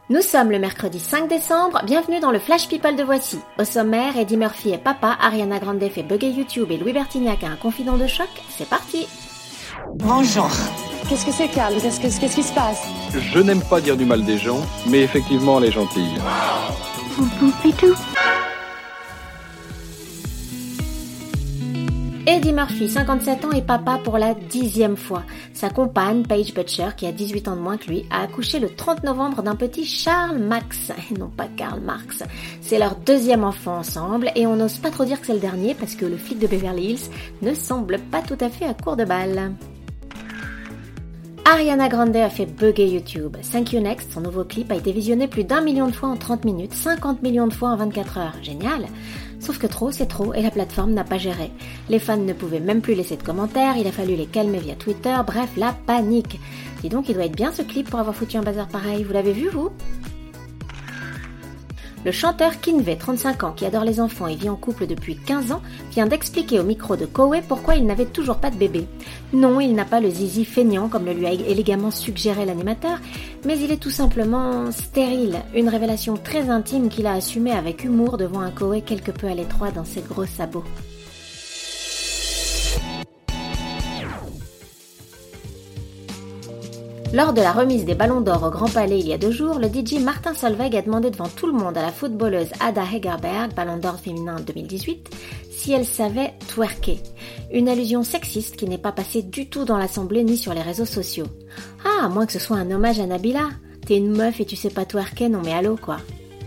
Nous sommes le mercredi 5 décembre, bienvenue dans le Flash People de Voici. Au sommaire, Eddie Murphy est papa, Ariana Grande fait bugger YouTube et Louis Bertignac a un confident de choc, c'est parti. Bonjour. Qu'est-ce que c'est, Carl ? Qu'est-ce qui se passe ? Je n'aime pas dire du mal des gens, mais effectivement, elle est gentille. Eddie Murphy, 57 ans, est papa pour la 10e fois. Sa compagne, Paige Butcher, qui a 18 ans de moins que lui, a accouché le 30 novembre d'un petit Charles Max, et non pas Karl Marx. C'est leur 2e enfant ensemble, et on n'ose pas trop dire que c'est le dernier, parce que le flic de Beverly Hills ne semble pas tout à fait à court de balles. Ariana Grande a fait bugger YouTube. Thank You Next, son nouveau clip, a été visionné plus d'1 million de fois en 30 minutes, 50 millions de fois en 24 heures. Génial! Sauf que trop, c'est trop, et la plateforme n'a pas géré. Les fans ne pouvaient même plus laisser de commentaires, il a fallu les calmer via Twitter, bref, la panique. Dis donc, il doit être bien ce clip pour avoir foutu un bazar pareil, vous l'avez vu, vous ? Le chanteur Kinvey, 35 ans, qui adore les enfants et vit en couple depuis 15 ans, vient d'expliquer au micro de Koé pourquoi il n'avait toujours pas de bébé. Non, il n'a pas le zizi feignant, comme le lui a élégamment suggéré l'animateur, mais il est tout simplement stérile, une révélation très intime qu'il a assumée avec humour devant un Koé quelque peu à l'étroit dans ses gros sabots. Lors de la remise des Ballons d'Or au Grand Palais il y a 2 jours, le DJ Martin Solveig a demandé devant tout le monde à la footballeuse Ada Hegerberg, Ballon d'Or féminin 2018, si elle savait twerker. Une allusion sexiste qui n'est pas passée du tout dans l'assemblée ni sur les réseaux sociaux. Ah, à moins que ce soit un hommage à Nabila. T'es une meuf et tu sais pas twerker, non mais allô quoi.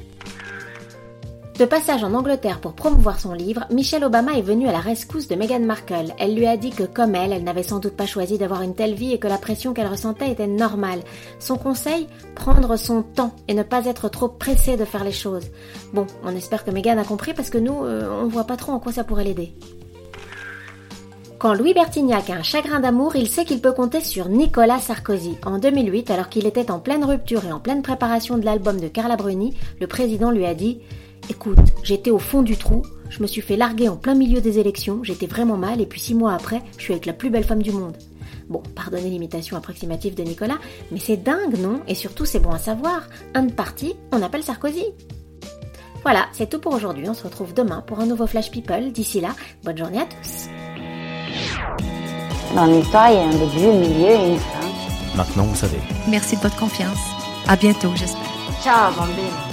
De passage en Angleterre pour promouvoir son livre, Michelle Obama est venue à la rescousse de Meghan Markle. Elle lui a dit que comme elle n'avait sans doute pas choisi d'avoir une telle vie et que la pression qu'elle ressentait était normale. Son conseil, prendre son temps et ne pas être trop pressée de faire les choses. Bon, on espère que Meghan a compris parce que nous, on voit pas trop en quoi ça pourrait l'aider. Quand Louis Bertignac a un chagrin d'amour, il sait qu'il peut compter sur Nicolas Sarkozy. En 2008, alors qu'il était en pleine rupture et en pleine préparation de l'album de Carla Bruni, le président lui a dit « Écoute, j'étais au fond du trou, je me suis fait larguer en plein milieu des élections, j'étais vraiment mal et puis 6 mois après, je suis avec la plus belle femme du monde. » Bon, pardonnez l'imitation approximative de Nicolas, mais c'est dingue, non ? Et surtout, c'est bon à savoir, un de parti, on appelle Sarkozy. Voilà, c'est tout pour aujourd'hui, on se retrouve demain pour un nouveau Flash People. D'ici là, bonne journée à tous. Dans l'histoire, il y a un début, un milieu et une fin. Maintenant, vous savez. Merci de votre confiance. À bientôt, j'espère. Ciao, bambine.